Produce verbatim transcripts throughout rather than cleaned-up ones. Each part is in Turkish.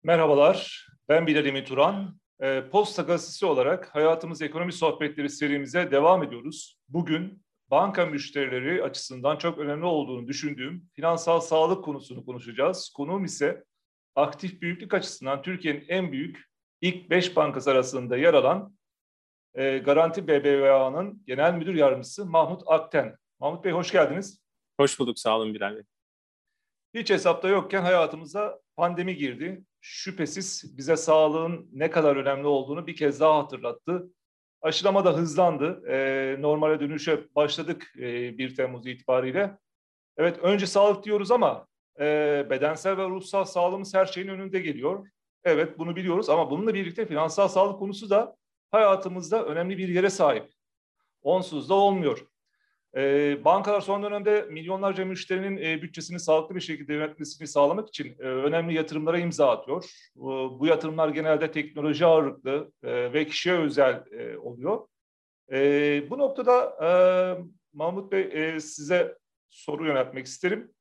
Merhabalar, ben Bilal Emin Turan. E, Posta Gazetesi olarak Hayatımız Ekonomi Sohbetleri serimize devam ediyoruz. Bugün banka müşterileri açısından çok önemli olduğunu düşündüğüm finansal sağlık konusunu konuşacağız. Konuğum ise aktif büyüklük açısından Türkiye'nin en büyük ilk beş bankası arasında yer alan e, Garanti B B V A'nın Genel Müdür Yardımcısı Mahmut Akten. Mahmut Bey hoş geldiniz. Hoş bulduk, sağ olun Bilal Bey. Hiç hesapta yokken hayatımıza pandemi girdi. Şüphesiz bize sağlığın ne kadar önemli olduğunu bir kez daha hatırlattı. Aşılama da hızlandı. Ee, normale dönüşe başladık e, bir Temmuz itibariyle. Evet, önce sağlık diyoruz ama e, bedensel ve ruhsal sağlığımız her şeyin önünde geliyor. Evet, bunu biliyoruz ama bununla birlikte finansal sağlık konusu da hayatımızda önemli bir yere sahip. Onsuz da olmuyor. E, bankalar son dönemde milyonlarca müşterinin e, bütçesini sağlıklı bir şekilde yönetmesini sağlamak için e, önemli yatırımlara imza atıyor. E, bu yatırımlar genelde teknoloji ağırlıklı e, ve kişiye özel e, oluyor. E, bu noktada e, Mahmut Bey e, size soru yöneltmek isterim.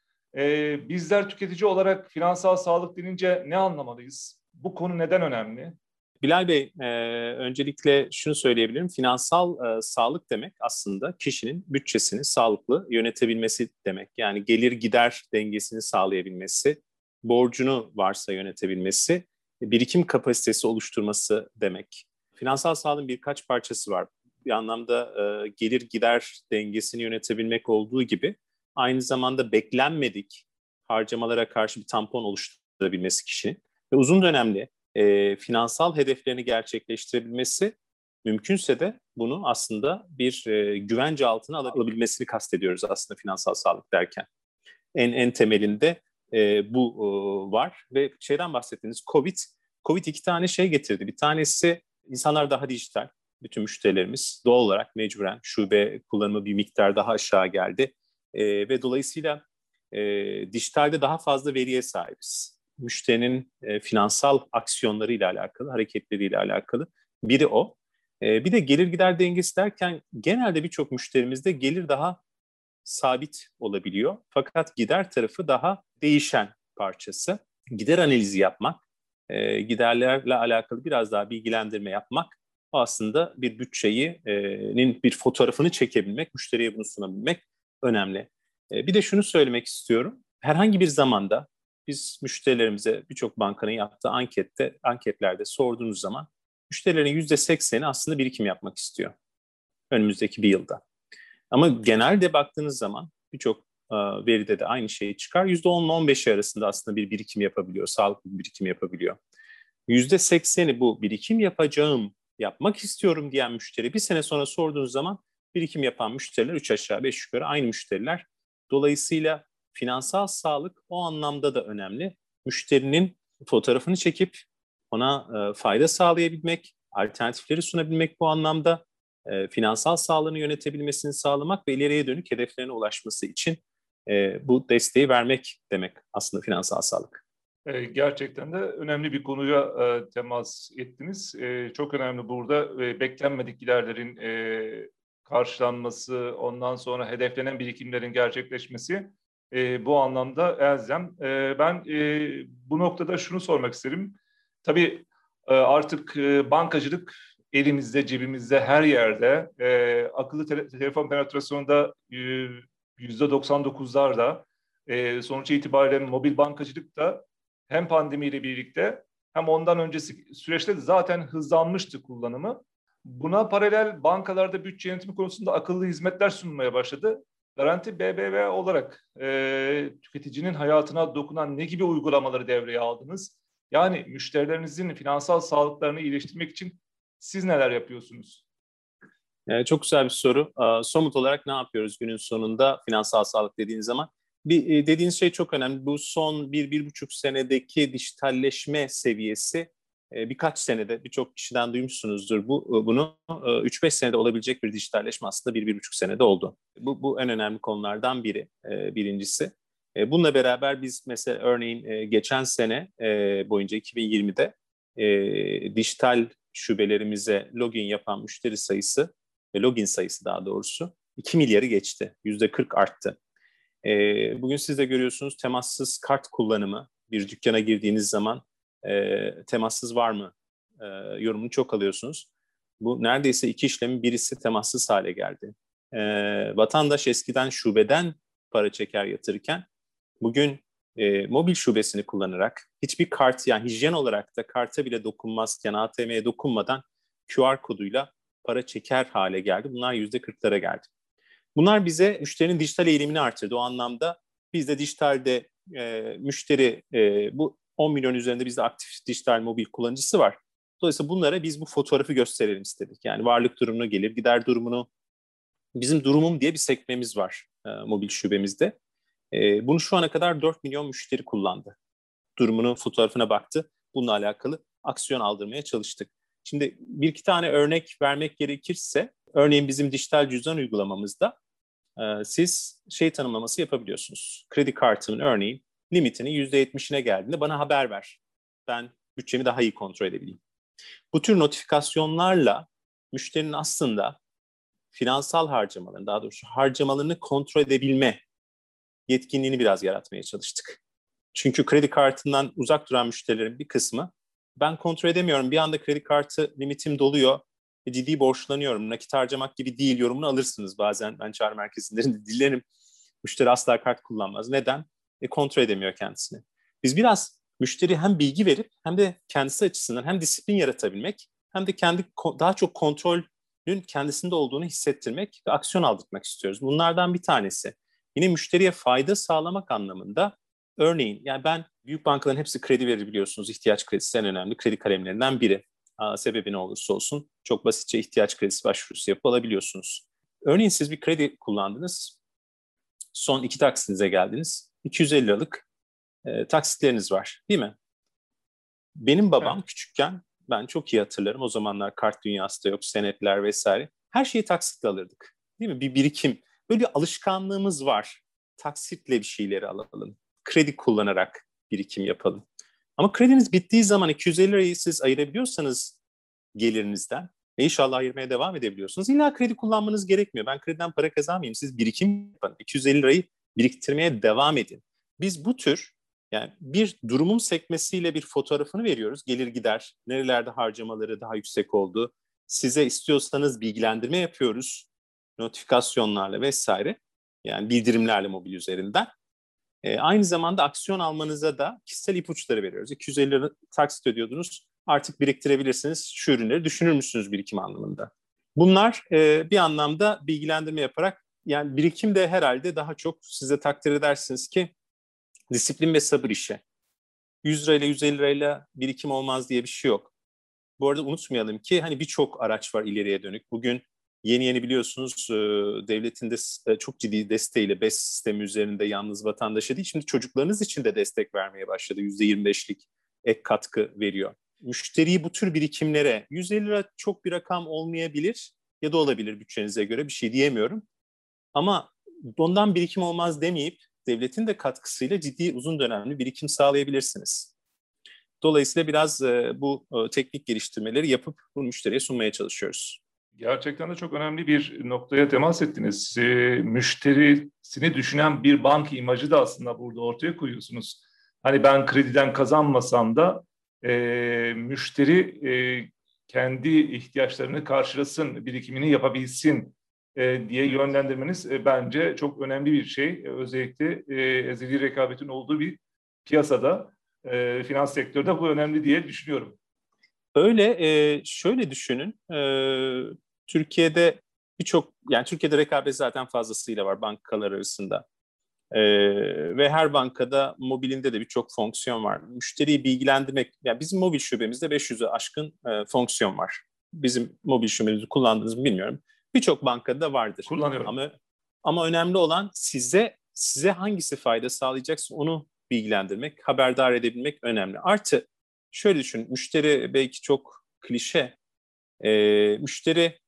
E, bizler tüketici olarak finansal sağlık denince ne anlamalıyız? Bu konu neden önemli? Bilal Bey, e, öncelikle şunu söyleyebilirim. Finansal e, sağlık demek aslında kişinin bütçesini sağlıklı yönetebilmesi demek. Yani gelir gider dengesini sağlayabilmesi, borcunu varsa yönetebilmesi, birikim kapasitesi oluşturması demek. Finansal sağlığın birkaç parçası var. Bir anlamda e, gelir gider dengesini yönetebilmek olduğu gibi aynı zamanda beklenmedik harcamalara karşı bir tampon oluşturabilmesi kişinin ve uzun dönemli E, finansal hedeflerini gerçekleştirebilmesi, mümkünse de bunu aslında bir e, güvence altına alabilmesini kastediyoruz aslında finansal sağlık derken. En en temelinde e, bu e, var ve şeyden bahsettiğiniz Covid, Covid iki tane şey getirdi. Bir tanesi insanlar daha dijital, bütün müşterilerimiz doğal olarak mecburen şube kullanımı bir miktar daha aşağı geldi e, ve dolayısıyla e, dijitalde daha fazla veriye sahibiz. Müşterinin e, finansal aksiyonlarıyla alakalı, hareketleriyle alakalı. Biri o. E, bir de gelir gider dengesi derken genelde birçok müşterimizde gelir daha sabit olabiliyor. Fakat gider tarafı daha değişen parçası. Gider analizi yapmak, e, giderlerle alakalı biraz daha bilgilendirme yapmak aslında bir bütçenin bir fotoğrafını çekebilmek, müşteriye bunu sunabilmek önemli. E, bir de şunu söylemek istiyorum. Herhangi bir zamanda biz müşterilerimize birçok bankanın yaptığı ankette, anketlerde sorduğunuz zaman müşterilerin yüzde sekseni aslında birikim yapmak istiyor önümüzdeki bir yılda. Ama genelde baktığınız zaman birçok e, veride de aynı şey çıkar. yüzde on ile on beş arasında aslında bir birikim yapabiliyor, sağlıklı bir birikim yapabiliyor. yüzde sekseni bu birikim yapacağım, yapmak istiyorum diyen müşteri bir sene sonra sorduğunuz zaman birikim yapan müşteriler üç aşağı beş yukarı aynı müşteriler. Dolayısıyla finansal sağlık o anlamda da önemli. Müşterinin fotoğrafını çekip ona e, fayda sağlayabilmek, alternatifleri sunabilmek bu anlamda e, finansal sağlığını yönetebilmesini sağlamak ve ileriye dönük hedeflerine ulaşması için e, bu desteği vermek demek aslında finansal sağlık. E, gerçekten de önemli bir konuya e, temas ettiniz. E, çok önemli burada e, beklenmedik giderlerin e, karşılanması, ondan sonra hedeflenen birikimlerin gerçekleşmesi e, bu anlamda elzem. E, ben e, bu noktada şunu sormak isterim. Tabii e, artık e, bankacılık elimizde, cebimizde, her yerde. E, akıllı tele- telefon penetrasyonunda e, yüzde doksan dokuzlarda, e, sonuç itibariyle mobil bankacılık da hem pandemiyle birlikte hem ondan öncesi süreçte de zaten hızlanmıştı kullanımı. Buna paralel bankalarda bütçe yönetimi konusunda akıllı hizmetler sunulmaya başladı. Garanti B B V olarak e, tüketicinin hayatına dokunan ne gibi uygulamaları devreye aldınız? Yani müşterilerinizin finansal sağlıklarını iyileştirmek için siz neler yapıyorsunuz? Ee, çok güzel bir soru. Ee, somut olarak ne yapıyoruz günün sonunda finansal sağlık dediğiniz zaman? Bir, e, dediğiniz şey çok önemli. Bu son bir, bir buçuk senedeki dijitalleşme seviyesi e, birkaç senede birçok kişiden duymuşsunuzdur bu e, bunu. E, üç beş senede olabilecek bir dijitalleşme aslında bir, bir buçuk senede oldu. Bu, bu en önemli konulardan biri, e, birincisi. E, bununla beraber biz mesela örneğin e, geçen sene e, boyunca iki bin yirmide e, dijital şubelerimize login yapan müşteri sayısı login sayısı daha doğrusu iki milyarı geçti. yüzde kırk arttı. E, bugün siz de görüyorsunuz temassız kart kullanımı bir dükkana girdiğiniz zaman e, temassız var mı e, yorumunu çok alıyorsunuz. Bu neredeyse iki işlemin birisi temassız hale geldi. E, vatandaş eskiden şubeden para çeker yatırırken bugün e, mobil şubesini kullanarak hiçbir kart, yani hijyen olarak da karta bile dokunmazken, A T M'ye dokunmadan Q R koduyla para çeker hale geldi. Bunlar yüzde kırklara geldi. Bunlar bize müşterinin dijital eğilimini artırdı. O anlamda biz de dijitalde e, müşteri e, bu on milyon üzerinde bizde aktif dijital mobil kullanıcısı var. Dolayısıyla bunlara biz bu fotoğrafı gösterelim istedik. Yani varlık durumunu, gelir gider durumunu, bizim durumum diye bir sekmemiz var e, mobil şubemizde. E, bunu şu ana kadar dört milyon müşteri kullandı. Durumunun fotoğrafına baktı. Bununla alakalı aksiyon aldırmaya çalıştık. Şimdi bir iki tane örnek vermek gerekirse, örneğin bizim dijital cüzdan uygulamamızda e, siz şey tanımlaması yapabiliyorsunuz. Kredi kartımın örneğin limitinin yüzde yetmişine geldiğinde bana haber ver. Ben bütçemi daha iyi kontrol edebileyim. Bu tür notifikasyonlarla müşterinin aslında finansal harcamalarını, daha doğrusu harcamalarını kontrol edebilme yetkinliğini biraz yaratmaya çalıştık. Çünkü kredi kartından uzak duran müşterilerin bir kısmı, ben kontrol edemiyorum, bir anda kredi kartı limitim doluyor, ciddi borçlanıyorum, nakit harcamak gibi değil yorumunu alırsınız bazen. Ben çağrı merkezlerinde dinlerim. Müşteri asla kart kullanmaz. Neden? E, kontrol edemiyor kendisini. Biz biraz müşteri hem bilgi verip hem de kendisi açısından hem disiplin yaratabilmek hem de kendi daha çok kontrolün kendisinde olduğunu hissettirmek ve aksiyon aldırmak istiyoruz. Bunlardan bir tanesi. Yine müşteriye fayda sağlamak anlamında, örneğin yani ben büyük bankaların hepsi kredi verir biliyorsunuz. İhtiyaç kredisi en önemli kredi kalemlerinden biri. Aa, sebebi ne olursa olsun çok basitçe ihtiyaç kredisi başvurusu yapıp alabiliyorsunuz. Örneğin siz bir kredi kullandınız. Son iki taksitinize geldiniz. iki yüz elli liralık e, taksitleriniz var değil mi? Benim babam evet. Küçükken, ben çok iyi hatırlarım. O zamanlar kart dünyası da yok, senetler vesaire. Her şeyi taksitle alırdık. Değil mi? Bir birikim. Böyle bir alışkanlığımız var. Taksitle bir şeyleri alalım. Kredi kullanarak birikim yapalım. Ama krediniz bittiği zaman iki yüz elli lirayı siz ayırabiliyorsanız gelirinizden ve inşallah ayırmaya devam edebiliyorsunuz. İlla kredi kullanmanız gerekmiyor. Ben krediden para kazanmayayım. Siz birikim yapın. iki yüz elli lirayı biriktirmeye devam edin. Biz bu tür, yani bir durumum sekmesiyle bir fotoğrafını veriyoruz. Gelir gider, nerelerde harcamaları daha yüksek oldu. Size istiyorsanız bilgilendirme yapıyoruz. Notifikasyonlarla vesaire. Yani bildirimlerle mobil üzerinden. E, aynı zamanda aksiyon almanıza da kişisel ipuçları veriyoruz. iki yüz elli lira taksit ödüyordunuz. Artık biriktirebilirsiniz. Şu ürünleri düşünür müsünüz birikim anlamında? Bunlar e, bir anlamda bilgilendirme yaparak, yani birikim de herhalde daha çok size takdir edersiniz ki disiplin ve sabır işi. yüz lirayla yüz elli lirayla birikim olmaz diye bir şey yok. Bu arada unutmayalım ki hani birçok araç var ileriye dönük. Bugün yeni yeni biliyorsunuz devletin de çok ciddi desteğiyle BES sistemi üzerinde yalnız vatandaşa değil, şimdi çocuklarınız için de destek vermeye başladı. yüzde yirmi beşlik ek katkı veriyor. Müşteriyi bu tür birikimlere, yüz elli lira çok bir rakam olmayabilir ya da olabilir bütçenize göre, bir şey diyemiyorum. Ama ondan birikim olmaz demeyip devletin de katkısıyla ciddi uzun dönemli birikim sağlayabilirsiniz. Dolayısıyla biraz e, bu e, teknik geliştirmeleri yapıp bunu müşteriye sunmaya çalışıyoruz. Gerçekten de çok önemli bir noktaya temas ettiniz. E, müşterisini düşünen bir banka imajı da aslında burada ortaya koyuyorsunuz. Hani ben krediden kazanmasam da e, müşteri e, kendi ihtiyaçlarını karşılasın, birikimini yapabilsin e, diye yönlendirmeniz e, bence çok önemli bir şey. Özellikle e, ezeli rekabetin olduğu bir piyasada, e, finans sektörde bu önemli diye düşünüyorum. Öyle, e, şöyle düşünün. E, Türkiye'de birçok, yani Türkiye'de rekabet zaten fazlasıyla var bankalar arasında. E, ve her bankada mobilinde de birçok fonksiyon var. Müşteriyi bilgilendirmek, yani bizim mobil şubemizde beş yüze aşkın e, fonksiyon var. Bizim mobil şubemizi kullandığınızı bilmiyorum. Birçok bankada vardır. Kullanıyorum. Ama ama önemli olan size size hangisi fayda sağlayacaksa onu bilgilendirmek, haberdar edebilmek önemli. Artı şöyle düşün, müşteri belki çok klişe. E, müşteri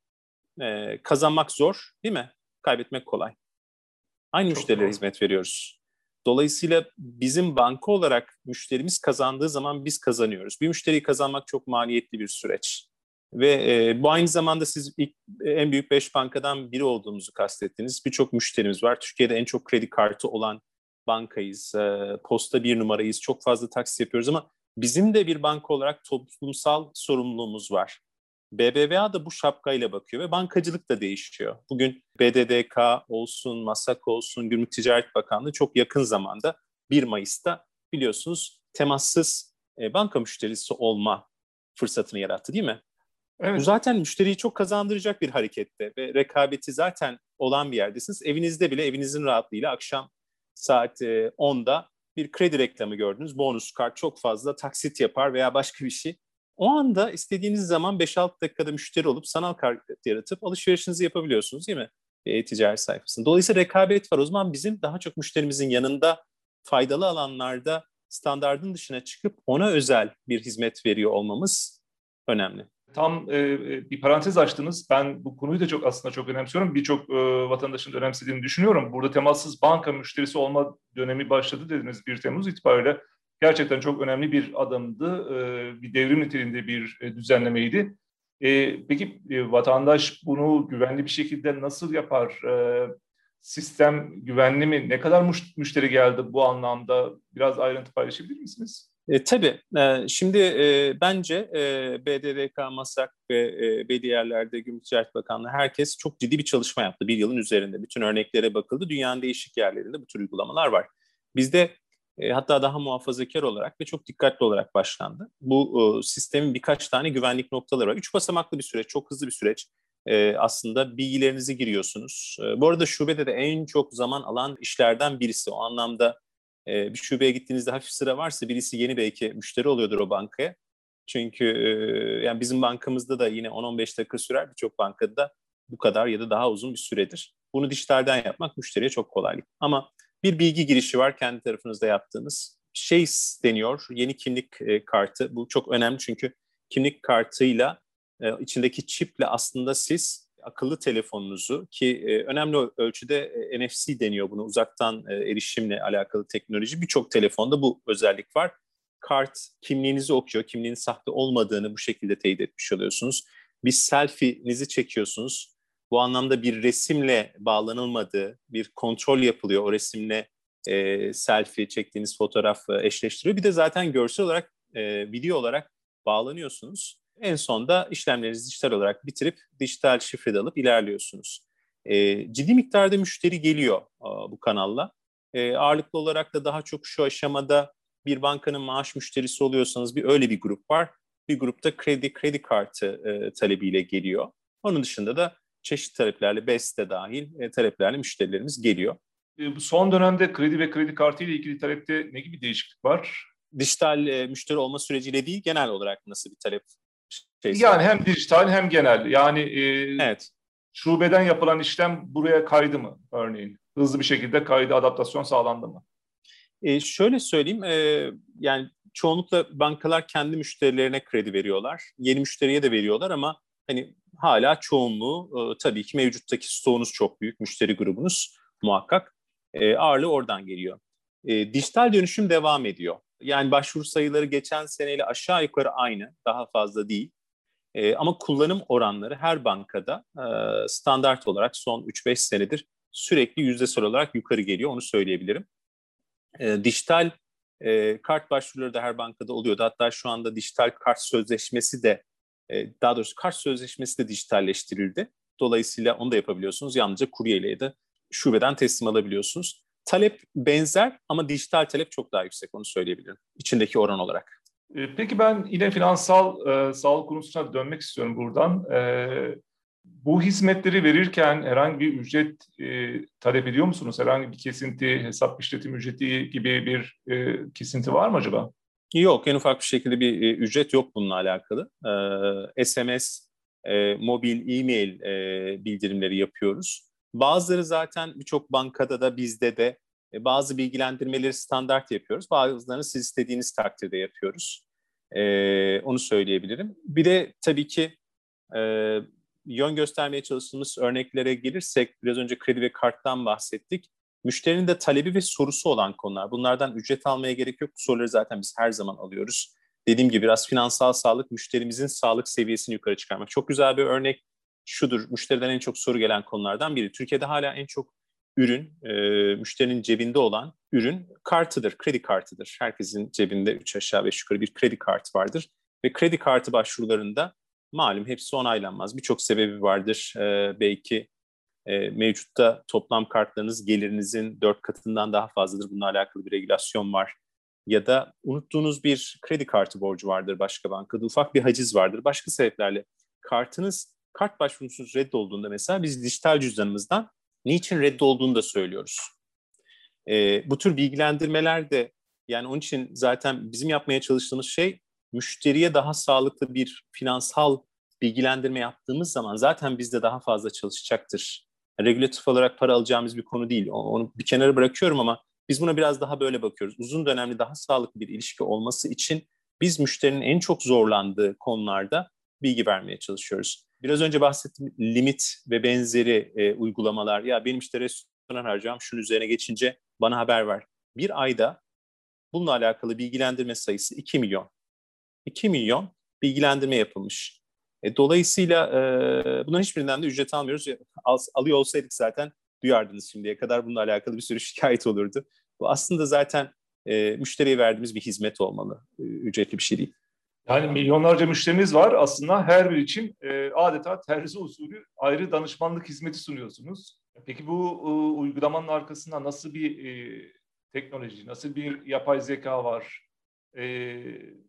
e, kazanmak zor, değil mi? Kaybetmek kolay. Aynı çok müşterilere doğru. Hizmet veriyoruz. Dolayısıyla bizim banka olarak müşterimiz kazandığı zaman biz kazanıyoruz. Bir müşteriyi kazanmak çok maliyetli bir süreç. Ve e, bu aynı zamanda siz ilk, en büyük beş bankadan biri olduğumuzu kastettiniz. Birçok müşterimiz var. Türkiye'de en çok kredi kartı olan bankayız. E, posta bir numarayız. Çok fazla taksit yapıyoruz ama Bizim de bir banka olarak toplumsal sorumluluğumuz var. B B V A da bu şapkayla bakıyor ve bankacılık da değişiyor. Bugün B D D K olsun, MASAK olsun, Gümrük Ticaret Bakanlığı çok yakın zamanda bir Mayıs'ta biliyorsunuz temassız e, banka müşterisi olma fırsatını yarattı değil mi? Bu Evet. zaten müşteriyi çok kazandıracak bir harekette ve rekabeti zaten olan bir yerdesiniz. Evinizde bile evinizin rahatlığıyla akşam saat e, onda bir kredi reklamı gördünüz. Bonus kart çok fazla taksit yapar veya başka bir şey. O anda istediğiniz zaman beş altı dakikada müşteri olup sanal kart yaratıp alışverişinizi yapabiliyorsunuz değil mi? E-ticaret sayfasında. Dolayısıyla rekabet var. O zaman bizim daha çok müşterimizin yanında faydalı alanlarda standardın dışına çıkıp ona özel bir hizmet veriyor olmamız önemli. Tam e, bir parantez açtınız. Ben bu konuyu da çok aslında çok önemsiyorum. Birçok e, vatandaşın da önemsediğini düşünüyorum. Burada temassız banka müşterisi olma dönemi başladı dediniz bir Temmuz itibariyle. Gerçekten çok önemli bir adımdı. E, bir devrim niteliğinde bir e, düzenlemeydi. E, peki e, vatandaş bunu güvenli bir şekilde nasıl yapar? E, sistem güvenli mi? Ne kadar muş- müşteri geldi bu anlamda? Biraz ayrıntı paylaşabilir misiniz? E, tabii. E, şimdi e, bence e, B D D K, MASAK ve e, belli yerlerde Gümrük Ticaret Bakanlığı herkes çok ciddi bir çalışma yaptı. Bir yılın üzerinde. Bütün örneklere bakıldı. Dünyanın değişik yerlerinde bu tür uygulamalar var. Bizde e, hatta daha muhafazakar olarak ve çok dikkatli olarak başlandı. Bu e, sistemin birkaç tane güvenlik noktaları var. Üç basamaklı bir süreç, çok hızlı bir süreç. E, aslında bilgilerinizi giriyorsunuz. E, bu arada şubede de en çok zaman alan işlerden birisi. O anlamda bir şubeye gittiğinizde hafif sıra varsa birisi yeni belki müşteri oluyordur o bankaya. Çünkü yani bizim bankamızda da yine on on beş dakika sürer. Birçok bankada da bu kadar ya da daha uzun bir süredir. Bunu dijitalden yapmak müşteriye çok kolaylık. Ama bir bilgi girişi var kendi tarafınızda yaptığınız. Şey deniyor, yeni kimlik kartı. Bu çok önemli çünkü kimlik kartıyla içindeki çiple aslında siz akıllı telefonunuzu ki e, önemli ölçüde e, N F C deniyor bunu uzaktan e, erişimle alakalı teknoloji. Birçok telefonda bu özellik var. Kart kimliğinizi okuyor. Kimliğin sahte olmadığını bu şekilde teyit etmiş oluyorsunuz. Bir selfie'nizi çekiyorsunuz. Bu anlamda bir resimle bağlanılmadığı, bir kontrol yapılıyor. O resimle e, selfie çektiğiniz fotoğraf e, eşleştiriyor. Bir de zaten görsel olarak, e, video olarak bağlanıyorsunuz. En sonda işlemlerinizi dijital olarak bitirip dijital şifre de alıp ilerliyorsunuz. E, ciddi miktarda müşteri geliyor a, bu kanalla. E, ağırlıklı olarak da daha çok şu aşamada bir bankanın maaş müşterisi oluyorsanız bir öyle bir grup var. Bir grupta kredi kredi kartı e, talebiyle geliyor. Onun dışında da çeşitli taleplerle, B E S de dahil e, taleplerle müşterilerimiz geliyor. E, bu son dönemde kredi ve kredi kartı ile ilgili talepte ne gibi değişiklik var? Dijital e, müşteri olma süreciyle değil, genel olarak nasıl bir talep şeysi Yani var? hem dijital hem genel. Yani e, Evet. şubeden yapılan işlem buraya kaydı mı örneğin? Hızlı bir şekilde kaydı, adaptasyon sağlandı mı? E, şöyle söyleyeyim, e, yani çoğunlukla bankalar kendi müşterilerine kredi veriyorlar. Yeni müşteriye de veriyorlar ama hani hala çoğunluğu e, tabii ki mevcuttaki stoğunuz çok büyük, müşteri grubunuz muhakkak. E, ağırlığı oradan geliyor. E, dijital dönüşüm devam ediyor. Yani başvuru sayıları geçen seneyle aşağı yukarı aynı, daha fazla değil. E, ama kullanım oranları her bankada e, standart olarak son üç beş senedir sürekli yüzdesel olarak yukarı geliyor, onu söyleyebilirim. E, dijital e, kart başvuruları da her bankada oluyordu. Hatta şu anda dijital kart sözleşmesi de, e, daha doğrusu kart sözleşmesi de dijitalleştirildi. Dolayısıyla onu da yapabiliyorsunuz. Yalnızca kuryeyle ya da şubeden teslim alabiliyorsunuz. Talep benzer ama dijital talep çok daha yüksek, onu söyleyebilirim. İçindeki oran olarak. E, peki ben yine finansal e, sağlık konusuna dönmek istiyorum buradan. E, bu hizmetleri verirken herhangi bir ücret e, talep ediyor musunuz? Herhangi bir kesinti, hesap işletim ücreti gibi bir e, kesinti var mı acaba? Yok, en ufak bir şekilde bir e, ücret yok bununla alakalı. E, S M S, e, mobil, e-mail e, bildirimleri yapıyoruz. Bazıları zaten birçok bankada da bizde de e, bazı bilgilendirmeleri standart yapıyoruz. Bazılarını siz istediğiniz takdirde yapıyoruz. E, onu söyleyebilirim. Bir de tabii ki e, yön göstermeye çalıştığımız örneklere gelirsek, biraz önce kredi ve karttan bahsettik. Müşterinin de talebi ve sorusu olan konular. Bunlardan ücret almaya gerek yok. Bu soruları zaten biz her zaman alıyoruz. Dediğim gibi biraz finansal sağlık, müşterimizin sağlık seviyesini yukarı çıkarmak. Çok güzel bir örnek şudur. Müşteriden en çok soru gelen konulardan biri. Türkiye'de hala en çok ürün, e, müşterinin cebinde olan ürün kartıdır, kredi kartıdır. Herkesin cebinde üç aşağı beş yukarı bir kredi kartı vardır. Ve kredi kartı başvurularında malum hepsi onaylanmaz. Birçok sebebi vardır. E, belki e, mevcutta toplam kartlarınız gelirinizin dört katından daha fazladır. Bununla alakalı bir regülasyon var. Ya da unuttuğunuz bir kredi kartı borcu vardır başka bankada. Ufak bir haciz vardır. Başka sebeplerle kartınız, kart başvurusunuz reddolduğunda mesela biz dijital cüzdanımızdan niçin reddolduğunu da söylüyoruz. E, bu tür bilgilendirmeler de yani onun için zaten bizim yapmaya çalıştığımız şey müşteriye daha sağlıklı bir finansal bilgilendirme yaptığımız zaman zaten bizde daha fazla çalışacaktır. Yani regülatif olarak para alacağımız bir konu değil. Onu bir kenara bırakıyorum ama biz buna biraz daha böyle bakıyoruz. Uzun dönemli daha sağlıklı bir ilişki olması için biz müşterinin en çok zorlandığı konularda bilgi vermeye çalışıyoruz. Biraz önce bahsettiğim limit ve benzeri e, uygulamalar. Ya benim işte restoran harcam şunun üzerine geçince bana haber ver. Bir ayda bununla alakalı bilgilendirme sayısı iki milyon. iki milyon bilgilendirme yapılmış. E, dolayısıyla e, bunların hiçbirinden de ücret almıyoruz. Al, alıyor olsaydık zaten duyardınız şimdiye kadar. Bununla alakalı bir sürü şikayet olurdu. Bu aslında zaten e, müşteriye verdiğimiz bir hizmet olmalı. E, ücretli bir şey değil. Yani milyonlarca müşteriniz var. Aslında her biri için e, adeta terzi usulü ayrı danışmanlık hizmeti sunuyorsunuz. Peki bu e, uygulamanın arkasında nasıl bir e, teknoloji, nasıl bir yapay zeka var? E,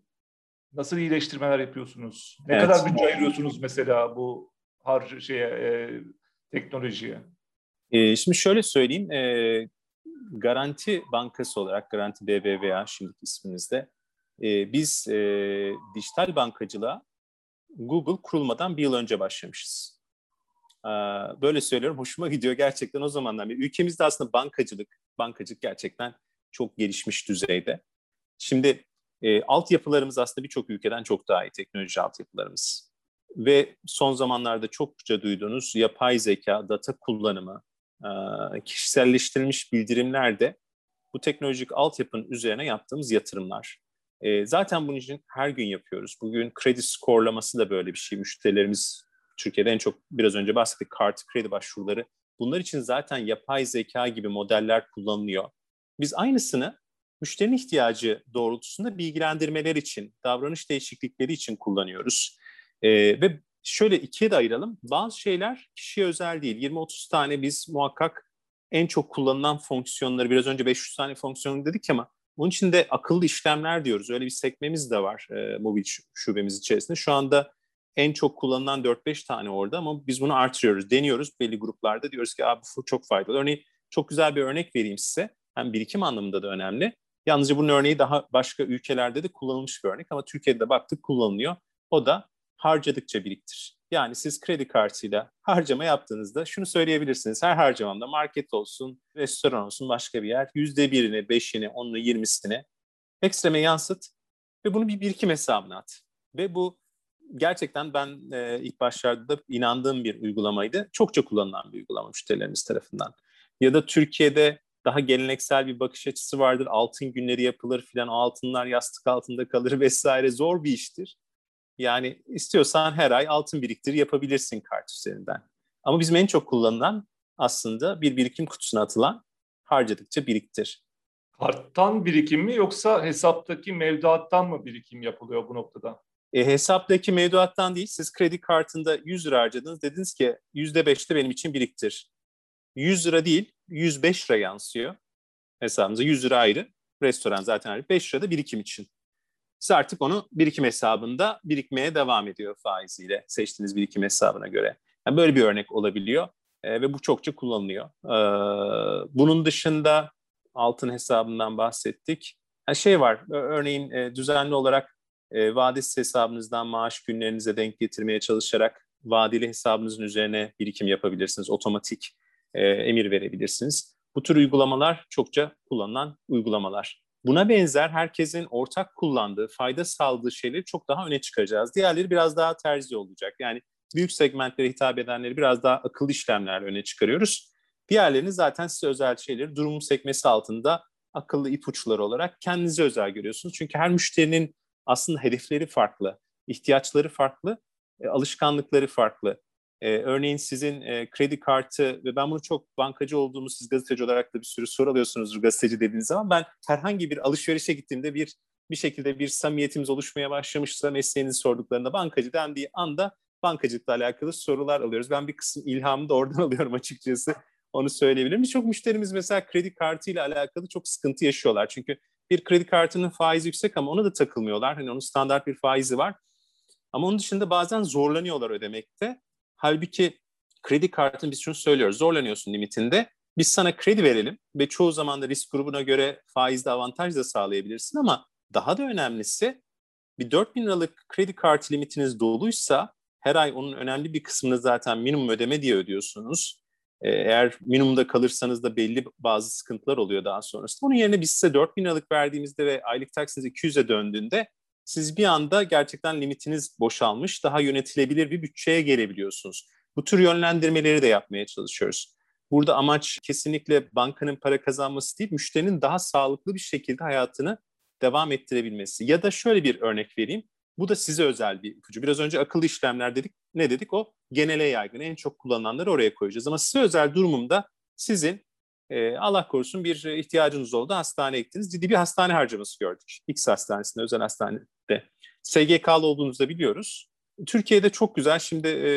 nasıl iyileştirmeler yapıyorsunuz? Ne Evet. kadar bütçe ayırıyorsunuz mesela bu harcı şeye e, teknolojiye? E, şimdi şöyle söyleyeyim. E, Garanti Bankası olarak Garanti B B V A şimdiki ismimizde e, biz e, dijital bankacılığa Google kurulmadan bir yıl önce başlamışız. Ee, böyle söylüyorum, hoşuma gidiyor gerçekten o zamandan beri. Ülkemizde aslında bankacılık, bankacılık gerçekten çok gelişmiş düzeyde. Şimdi e, altyapılarımız aslında birçok ülkeden çok daha iyi teknoloji altyapılarımız. Ve son zamanlarda çokça duyduğunuz yapay zeka, data kullanımı, e, kişiselleştirilmiş bildirimler de bu teknolojik altyapının üzerine yaptığımız yatırımlar. E, zaten bunun için her gün yapıyoruz. Bugün kredi skorlaması da böyle bir şey. Müşterilerimiz Türkiye'de en çok biraz önce bahsettik kart, kredi başvuruları. Bunlar için zaten yapay zeka gibi modeller kullanılıyor. Biz aynısını müşterinin ihtiyacı doğrultusunda bilgilendirmeler için, davranış değişiklikleri için kullanıyoruz. E, ve şöyle ikiye de ayıralım. Bazı şeyler kişiye özel değil. yirmi otuz tane biz muhakkak en çok kullanılan fonksiyonları, biraz önce beş yüz tane fonksiyon dedik ama bunun için de akıllı işlemler diyoruz. Öyle bir sekmemiz de var e, mobil şubemiz içerisinde. Şu anda en çok kullanılan dört beş tane orada ama biz bunu artırıyoruz, deniyoruz belli gruplarda. Diyoruz ki bu çok faydalı. Örneğin çok güzel bir örnek vereyim size. Hem birikim anlamında da önemli. Yalnızca bunun örneği daha başka ülkelerde de kullanılmış bir örnek ama Türkiye'de baktık kullanılıyor. O da harcadıkça biriktir. Yani siz kredi kartıyla harcama yaptığınızda şunu söyleyebilirsiniz. Her harcamamda market olsun, restoran olsun, başka bir yer yüzde birini, beşini, onunu, yirmisini ekstreme yansıt ve bunu bir birikim hesabına at. Ve bu gerçekten ben e, ilk başlarda da inandığım bir uygulamaydı. Çokça kullanılan bir uygulama müşterilerimiz tarafından. Ya da Türkiye'de daha geleneksel bir bakış açısı vardır. Altın günleri yapılır filan, altınlar yastık altında kalır vesaire. Zor bir iştir. Yani istiyorsan her ay altın biriktir yapabilirsin kart üzerinden. Ama bizim en çok kullanılan aslında bir birikim kutusuna atılan harcadıkça biriktir. Karttan birikim mi yoksa hesaptaki mevduattan mı birikim yapılıyor bu noktada? E, hesaptaki mevduattan değil, siz kredi kartında yüz lira harcadınız. Dediniz ki yüzde beşte benim için biriktir. yüz lira değil, yüz beş lira yansıyor hesabınıza. yüz lira ayrı, restoran zaten ayrı. beş lira da birikim için. Siz artık onu birikim hesabında birikmeye devam ediyor faiziyle seçtiğiniz birikim hesabına göre. Yani böyle bir örnek olabiliyor e, ve bu çokça kullanılıyor. E, bunun dışında altın hesabından bahsettik. Yani şey var, örneğin e, düzenli olarak e, vadesiz hesabınızdan maaş günlerinize denk getirmeye çalışarak vadeli hesabınızın üzerine birikim yapabilirsiniz. Otomatik e, emir verebilirsiniz. Bu tür uygulamalar çokça kullanılan uygulamalar. Buna benzer herkesin ortak kullandığı, fayda sağladığı şeyleri çok daha öne çıkaracağız. Diğerleri biraz daha tercih olacak. Yani büyük segmentlere hitap edenleri biraz daha akıllı işlemlerle öne çıkarıyoruz. Diğerlerini zaten size özel şeyleri durum sekmesi altında akıllı ipuçları olarak kendinize özel görüyorsunuz. Çünkü her müşterinin aslında hedefleri farklı, ihtiyaçları farklı, alışkanlıkları farklı. Ee, örneğin sizin e, kredi kartı ve ben bunu çok bankacı olduğumu, siz gazeteci olarak da bir sürü soru alıyorsunuzdur gazeteci dediğiniz zaman, ben herhangi bir alışverişe gittiğimde bir bir şekilde bir samimiyetimiz oluşmaya başlamışsa mesleğinizi sorduklarında bankacı dendiği anda bankacılıkla alakalı sorular alıyoruz. Ben bir kısım ilhamı da oradan alıyorum açıkçası. Onu söyleyebilirim. Birçok müşterimiz mesela kredi kartıyla alakalı çok sıkıntı yaşıyorlar. Çünkü bir kredi kartının faizi yüksek ama ona da takılmıyorlar. Hani onun standart bir faizi var. Ama onun dışında bazen zorlanıyorlar ödemekte. Halbuki kredi kartını biz şunu söylüyoruz. Zorlanıyorsun limitinde. Biz sana kredi verelim ve çoğu zaman da risk grubuna göre faizde avantaj da sağlayabilirsin ama daha da önemlisi bir dört bin liralık kredi kartı limitiniz doluysa her ay onun önemli bir kısmını zaten minimum ödeme diye ödüyorsunuz. Eğer minimumda kalırsanız da belli bazı sıkıntılar oluyor daha sonrasında. Onun yerine biz size dört bin liralık verdiğimizde ve aylık taksiniz iki yüze döndüğünde siz bir anda gerçekten limitiniz boşalmış, daha yönetilebilir bir bütçeye gelebiliyorsunuz. Bu tür yönlendirmeleri de yapmaya çalışıyoruz. Burada amaç kesinlikle bankanın para kazanması değil, müşterinin daha sağlıklı bir şekilde hayatını devam ettirebilmesi. Ya da şöyle bir örnek vereyim. Bu da size özel bir ipucu. Biraz önce akıllı işlemler dedik. Ne dedik? O genele yaygın. En çok kullanılanları oraya koyacağız. Ama size özel durumumda sizin e, Allah korusun bir ihtiyacınız oldu. Hastaneye gittiniz. Ciddi bir hastane harcaması gördük. X hastanesinde, özel hastanede. S G K'lı olduğunuzu da biliyoruz. Türkiye'de çok güzel şimdi e,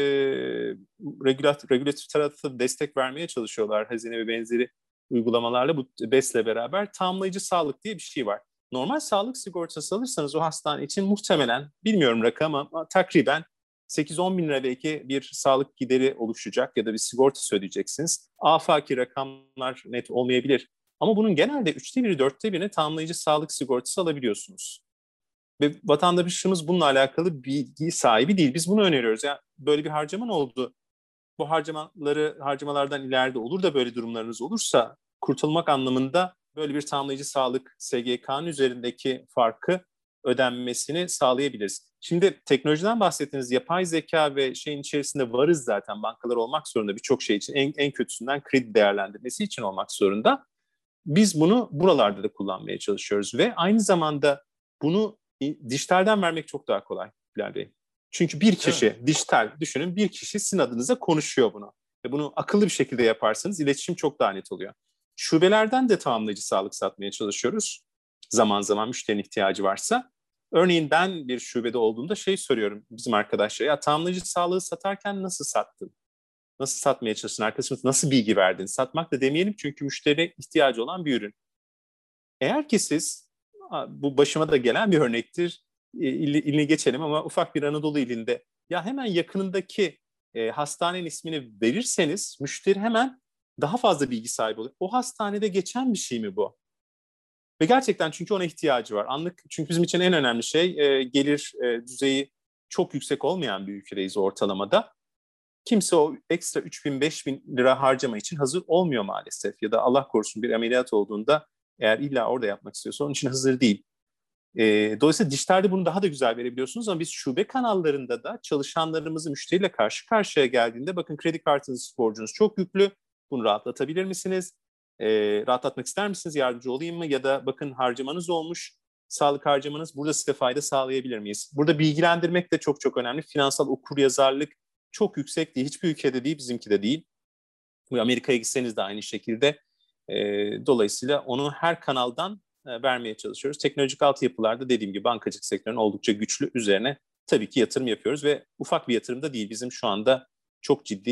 regülat, regülatif tarafta destek vermeye çalışıyorlar. Hazine ve benzeri uygulamalarla bu B E S'le beraber tamamlayıcı sağlık diye bir şey var. Normal sağlık sigortası alırsanız o hastane için muhtemelen, bilmiyorum rakam ama takriben sekiz on bin lira belki bir sağlık gideri oluşacak ya da bir sigorta ödeyeceksiniz. Afaki rakamlar net olmayabilir. Ama bunun genelde üçte biri, dörtte birini tamamlayıcı sağlık sigortası alabiliyorsunuz. Ve vatandaşımız bununla alakalı bilgi sahibi değil. Biz bunu öneriyoruz. Yani böyle bir harcaman oldu. Bu harcamaları harcamalardan ileride olur da böyle durumlarınız olursa kurtulmak anlamında böyle bir tamamlayıcı sağlık S G K'nın üzerindeki farkı ödenmesini sağlayabiliriz. Şimdi teknolojiden bahsettiniz. Yapay zeka ve şeyin içerisinde varız zaten. Bankalar olmak zorunda birçok şey için. En, en kötüsünden kredi değerlendirmesi için olmak zorunda. Biz bunu buralarda da kullanmaya çalışıyoruz ve aynı zamanda bunu dijitalden vermek çok daha kolay Bilal Bey. Çünkü bir kişi, evet. Dijital düşünün, bir kişi sizin adınıza konuşuyor bunu. Ve bunu akıllı bir şekilde yaparsanız iletişim çok daha net oluyor. Şubelerden de tamamlayıcı sağlık satmaya çalışıyoruz. Zaman zaman müşterinin ihtiyacı varsa. Örneğin ben bir şubede olduğumda şey soruyorum bizim arkadaşlara. Ya tamamlayıcı sağlığı satarken nasıl sattın? Nasıl satmaya çalıştın? Arkadaşımız nasıl bilgi verdin? Satmak da demeyelim çünkü müşteri ihtiyacı olan bir ürün. Eğer ki siz, bu başıma da gelen bir örnektir, il, ilini geçelim ama ufak bir Anadolu ilinde ya hemen yakınındaki e, hastanenin ismini verirseniz müşteri hemen daha fazla bilgi sahibi oluyor. O hastanede geçen bir şey mi bu? Ve gerçekten çünkü ona ihtiyacı var. Anlık, çünkü bizim için en önemli şey e, gelir e, düzeyi çok yüksek olmayan bir ülkedeyiz ortalamada. Kimse o ekstra üç bin beş bin lira harcama için hazır olmuyor maalesef. Ya da Allah korusun bir ameliyat olduğunda eğer illa orada yapmak istiyorsa onun için hazır değil. E, dolayısıyla dijitalde bunu daha da güzel verebiliyorsunuz ama biz şube kanallarında da çalışanlarımızı müşteriyle karşı karşıya geldiğinde bakın kredi kartınız, borcunuz çok yüklü. Bunu rahatlatabilir misiniz? E, rahatlatmak ister misiniz? Yardımcı olayım mı? Ya da bakın harcamanız olmuş, sağlık harcamanız, burada size fayda sağlayabilir miyiz? Burada bilgilendirmek de çok çok önemli. Finansal okuryazarlık çok yüksek değil. Hiçbir ülkede değil, bizimki de değil. Amerika'ya gitseniz de aynı şekilde. E, dolayısıyla onu her kanaldan e, vermeye çalışıyoruz. Teknolojik altyapılarda dediğim gibi bankacılık sektörünün oldukça güçlü, üzerine tabii ki yatırım yapıyoruz ve ufak bir yatırım da değil. Bizim şu anda çok ciddi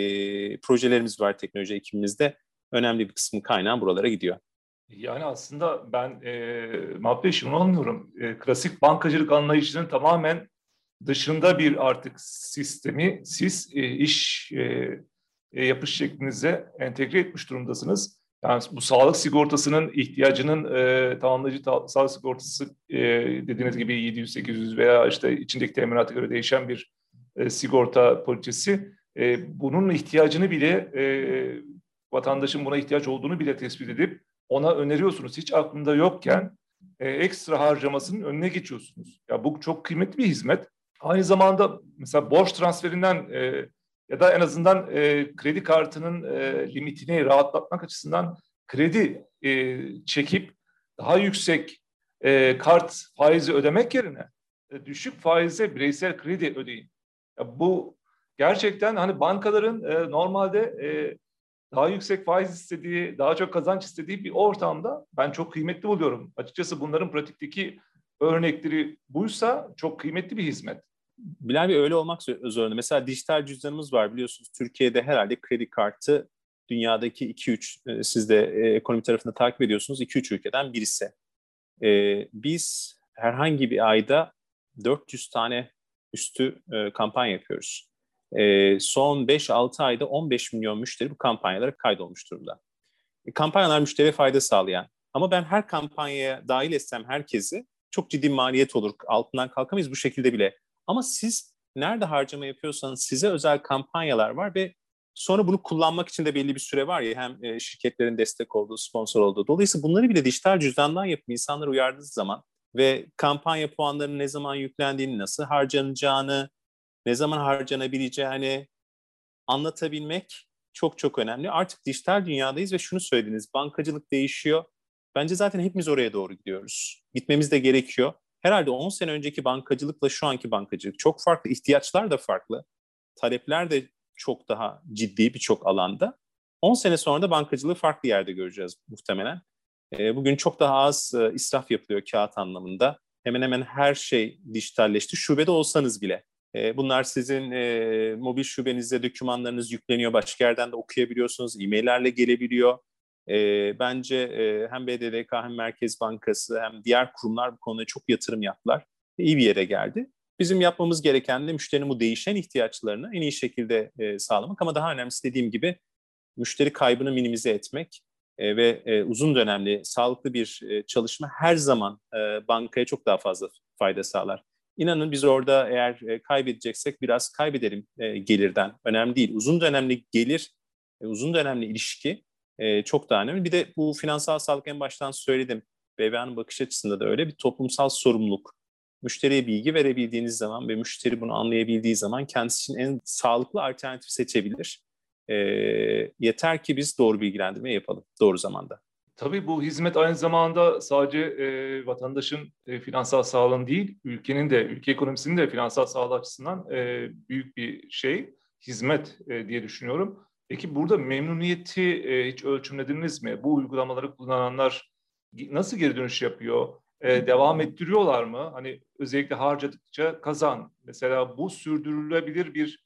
e, projelerimiz var teknoloji ekibimizde. Önemli bir kısmı kaynağı buralara gidiyor. Yani aslında ben e, Mahpey şunu anlıyorum. E, klasik bankacılık anlayışının tamamen dışında bir artık sistemi siz e, iş e, e, yapış şeklinize entegre etmiş durumdasınız. Yani bu sağlık sigortasının ihtiyacının e, tamamlayıcı ta- sağlık sigortası e, dediğiniz gibi yedi yüz sekiz yüz veya işte içindeki teminata göre değişen bir e, sigorta poliçesi. E, bunun ihtiyacını bile e, vatandaşın buna ihtiyaç olduğunu bile tespit edip ona öneriyorsunuz. Hiç aklında yokken e, ekstra harcamasının önüne geçiyorsunuz. Ya bu çok kıymetli bir hizmet. Aynı zamanda mesela borç transferinden e, ya da en azından e, kredi kartının e, limitini rahatlatmak açısından kredi e, çekip daha yüksek e, kart faizi ödemek yerine e, düşük faize bireysel kredi ödeyin. Ya bu gerçekten hani bankaların e, normalde e, daha yüksek faiz istediği, daha çok kazanç istediği bir ortamda ben çok kıymetli buluyorum. Açıkçası bunların pratikteki örnekleri buysa çok kıymetli bir hizmet. Bilal Bey, öyle olmak zorunda. Mesela dijital cüzdanımız var, biliyorsunuz. Türkiye'de herhalde kredi kartı dünyadaki iki üç, e, siz de e, ekonomi tarafında takip ediyorsunuz, iki üç ülkeden birisi. E, biz herhangi bir ayda dört yüz tane üstü e, kampanya yapıyoruz. E, son beş altı ayda on beş milyon müşteri bu kampanyalara kaydolmuş durumda. E, kampanyalar müşteriye fayda sağlayan. Ama ben her kampanyaya dahil etsem herkesi, çok ciddi maliyet olur. Altından kalkamayız bu şekilde bile. Ama siz nerede harcama yapıyorsanız size özel kampanyalar var ve sonra bunu kullanmak için de belli bir süre var ya, hem e, şirketlerin destek olduğu, sponsor olduğu. Dolayısıyla bunları bile dijital cüzdandan yapıp insanları uyardığınız zaman ve kampanya puanlarının ne zaman yüklendiğini, nasıl harcanacağını, ne zaman harcanabileceğini anlatabilmek çok çok önemli. Artık dijital dünyadayız ve şunu söylediniz, bankacılık değişiyor. Bence zaten hepimiz oraya doğru gidiyoruz. Gitmemiz de gerekiyor. Herhalde on sene önceki bankacılıkla şu anki bankacılık çok farklı. İhtiyaçlar da farklı. Talepler de çok daha ciddi birçok alanda. on sene sonra da bankacılığı farklı yerde göreceğiz muhtemelen. Bugün çok daha az israf yapılıyor kağıt anlamında. Hemen hemen her şey dijitalleşti. Şubede olsanız bile. Bunlar sizin e, mobil şubenize dokümanlarınız yükleniyor. Başka yerden de okuyabiliyorsunuz. E-maillerle gelebiliyor. E, bence e, hem B D D K hem Merkez Bankası hem diğer kurumlar bu konuda çok yatırım yaptılar. E, iyi bir yere geldi. Bizim yapmamız gereken de müşterinin bu değişen ihtiyaçlarını en iyi şekilde e, sağlamak. Ama daha önemlisi, dediğim gibi, müşteri kaybını minimize etmek e, ve e, uzun dönemli sağlıklı bir e, çalışma her zaman e, bankaya çok daha fazla fayda sağlar. İnanın biz orada eğer e, kaybedeceksek biraz kaybedelim e, gelirden. Önemli değil. Uzun dönemli gelir, e, uzun dönemli ilişki e, çok daha önemli. Bir de bu finansal sağlık, en baştan söyledim. B B A'nın bakış açısında da öyle bir toplumsal sorumluluk. Müşteriye bilgi verebildiğiniz zaman ve müşteri bunu anlayabildiği zaman kendisi için en sağlıklı alternatif seçebilir. E, yeter ki biz doğru bilgilendirme yapalım doğru zamanda. Tabii bu hizmet aynı zamanda sadece e, vatandaşın e, finansal sağlığın değil, ülkenin de, ülke ekonomisinin de finansal sağlığı açısından e, büyük bir şey, hizmet e, diye düşünüyorum. Peki burada memnuniyeti e, hiç ölçümlediniz mi? Bu uygulamaları kullananlar nasıl geri dönüş yapıyor? E, devam ettiriyorlar mı? Hani özellikle harcadıkça kazan. Mesela bu sürdürülebilir bir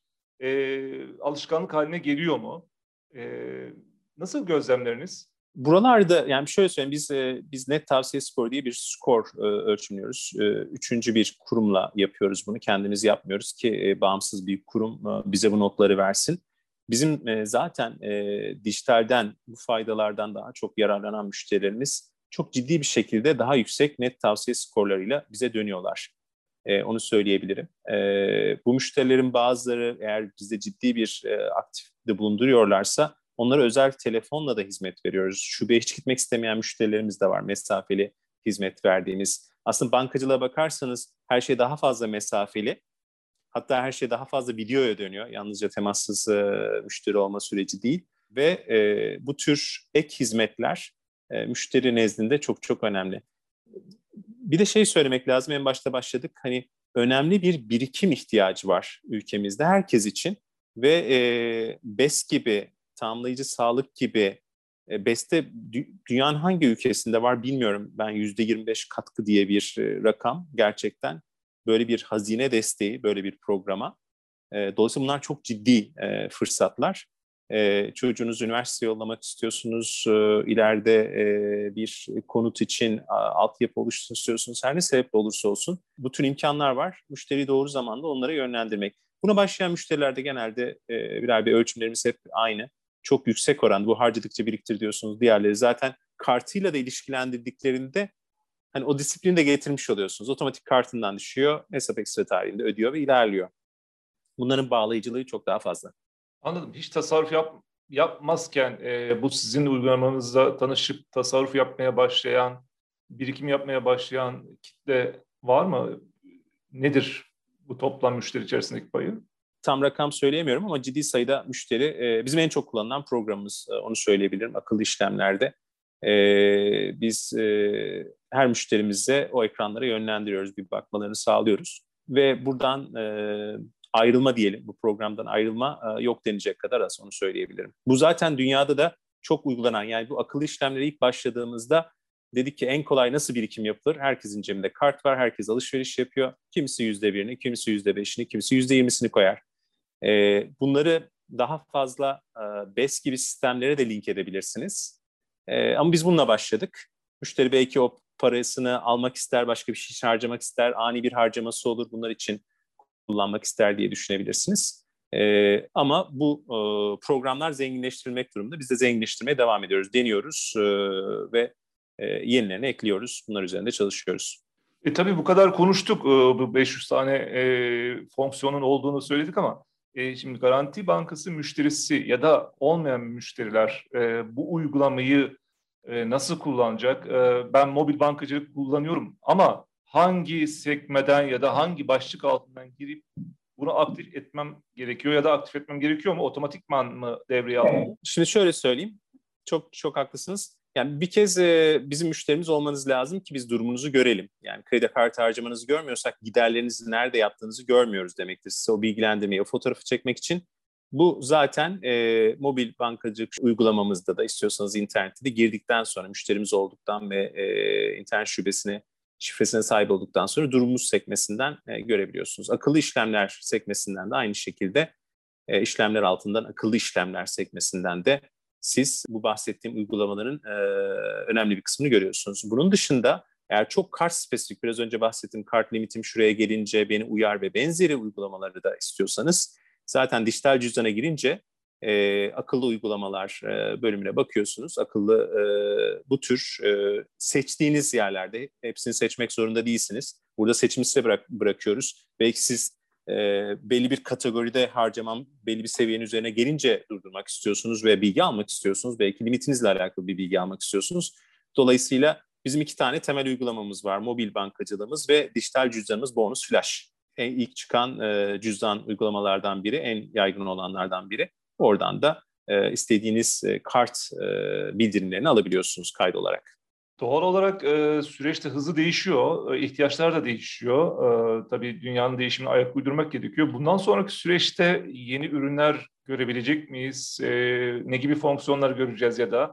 e, alışkanlık haline geliyor mu? E, nasıl gözlemleriniz? Buralarda yani şöyle söyleyeyim, biz e, biz Net Tavsiye Skor diye bir skor e, ölçümlüyoruz. E, üçüncü bir kurumla yapıyoruz bunu. Kendimiz yapmıyoruz ki e, bağımsız bir kurum e, bize bu notları versin. Bizim e, zaten e, dijitalden, bu faydalardan daha çok yararlanan müşterilerimiz çok ciddi bir şekilde daha yüksek net tavsiye skorlarıyla bize dönüyorlar. E, onu söyleyebilirim. E, bu müşterilerin bazıları eğer bizde ciddi bir e, aktifte bulunduruyorlarsa onlara özel telefonla da hizmet veriyoruz. Şubeye hiç gitmek istemeyen müşterilerimiz de var. Mesafeli hizmet verdiğimiz. Aslında bankacılığa bakarsanız her şey daha fazla mesafeli. Hatta her şey daha fazla videoya dönüyor. Yalnızca temassız e, müşteri olma süreci değil. Ve e, bu tür ek hizmetler e, müşteri nezdinde çok çok önemli. Bir de şey söylemek lazım, en başta başladık. Hani önemli bir birikim ihtiyacı var ülkemizde herkes için. Ve e, B E S gibi, tamamlayıcı sağlık gibi, e, B E S'te dü- dünyanın hangi ülkesinde var bilmiyorum. Ben yüzde yirmi beş katkı diye bir e, rakam, gerçekten böyle bir hazine desteği, böyle bir programa. E, dolayısıyla bunlar çok ciddi e, fırsatlar. E, çocuğunuzu üniversiteye yollamak istiyorsunuz, e, ileride e, bir konut için a, altyapı oluşturmak istiyorsunuz. Her ne sebeple olursa olsun bu tür imkanlar var. Müşteriyi doğru zamanda onlara yönlendirmek. Buna başlayan müşterilerde genelde e, birer bir ölçümlerimiz hep aynı. Çok yüksek oranda bu harcadıkça biriktir diyorsunuz. Diğerleri zaten kartıyla da ilişkilendirdiklerinde hani o disiplini de getirmiş oluyorsunuz. Otomatik kartından düşüyor, hesap ekstra tarihinde ödüyor ve ilerliyor. Bunların bağlayıcılığı çok daha fazla. Anladım. Hiç tasarruf yap, yapmazken e, bu sizin uygulamanızla tanışıp tasarruf yapmaya başlayan, birikim yapmaya başlayan kitle var mı? Nedir bu toplam müşteri içerisindeki payı? Tam rakam söyleyemiyorum ama ciddi sayıda müşteri, e, bizim en çok kullanılan programımız, e, onu söyleyebilirim akıllı işlemlerde. E, biz e, her müşterimize o ekranlara yönlendiriyoruz, bir bakmalarını sağlıyoruz. Ve buradan e, ayrılma diyelim, bu programdan ayrılma e, yok denecek kadar az, onu söyleyebilirim. Bu zaten dünyada da çok uygulanan, yani bu akıllı işlemlere ilk başladığımızda dedik ki en kolay nasıl birikim yapılır? Herkesin cebinde kart var, herkes alışveriş yapıyor. Kimisi yüzde birini, kimisi yüzde beşini, kimisi yüzde yirmisini koyar. E, bunları daha fazla e, B E S gibi sistemlere de link edebilirsiniz. E, ama biz bununla başladık. Müşteri belki o parasını almak ister, başka bir şey harcamak ister, ani bir harcaması olur, bunlar için kullanmak ister diye düşünebilirsiniz. E, ama bu e, programlar zenginleştirilmek durumunda. Biz de zenginleştirmeye devam ediyoruz, deniyoruz e, ve e, yenilerini ekliyoruz. Bunlar üzerinde çalışıyoruz. E, tabii bu kadar konuştuk. E, bu beş yüz tane e, fonksiyonun olduğunu söyledik ama e, şimdi Garanti Bankası müşterisi ya da olmayan müşteriler e, bu uygulamayı e, nasıl kullanacak? E, ben mobil bankacılık kullanıyorum ama hangi sekmeden ya da hangi başlık altından girip bunu aktif etmem gerekiyor ya da aktif etmem gerekiyor mu? Otomatikman mı devreye alınıyor? Şimdi şöyle söyleyeyim. Çok çok haklısınız. Yani bir kez e, bizim müşterimiz olmanız lazım ki biz durumunuzu görelim. Yani kredi kartı harcamanızı görmüyorsak giderlerinizi nerede yaptığınızı görmüyoruz demektir. Size o bilgilendirmeyi, o fotoğrafı çekmek için bu zaten e, mobil bankacılık uygulamamızda da istiyorsanız internette de girdikten sonra müşterimiz olduktan ve e, internet şubesine, şifresine sahip olduktan sonra durumumuz sekmesinden e, görebiliyorsunuz. Akıllı işlemler sekmesinden de aynı şekilde e, işlemler altından akıllı işlemler sekmesinden de siz bu bahsettiğim uygulamaların e, önemli bir kısmını görüyorsunuz. Bunun dışında eğer çok kart spesifik, biraz önce bahsettiğim kart limitim şuraya gelince beni uyar ve benzeri uygulamaları da istiyorsanız zaten dijital cüzdana girince e, akıllı uygulamalar e, bölümüne bakıyorsunuz. Akıllı e, bu tür e, seçtiğiniz yerlerde hepsini seçmek zorunda değilsiniz. Burada seçimi size bırak, bırakıyoruz. Belki siz e, belli bir kategoride harcamam belli bir seviyenin üzerine gelince durdurmak istiyorsunuz ve bilgi almak istiyorsunuz. Belki limitinizle alakalı bir bilgi almak istiyorsunuz. Dolayısıyla bizim iki tane temel uygulamamız var. Mobil bankacılığımız ve dijital cüzdanımız Bonus Flash. En ilk çıkan e, cüzdan uygulamalardan biri, en yaygın olanlardan biri. Oradan da e, istediğiniz e, kart e, bildirimlerini alabiliyorsunuz kaydolarak. Doğal olarak e, süreçte hızı değişiyor, e, ihtiyaçlar da değişiyor. E, tabii dünyanın değişimine ayak uydurmak gerekiyor. Bundan sonraki süreçte yeni ürünler görebilecek miyiz? E, ne gibi fonksiyonlar göreceğiz ya da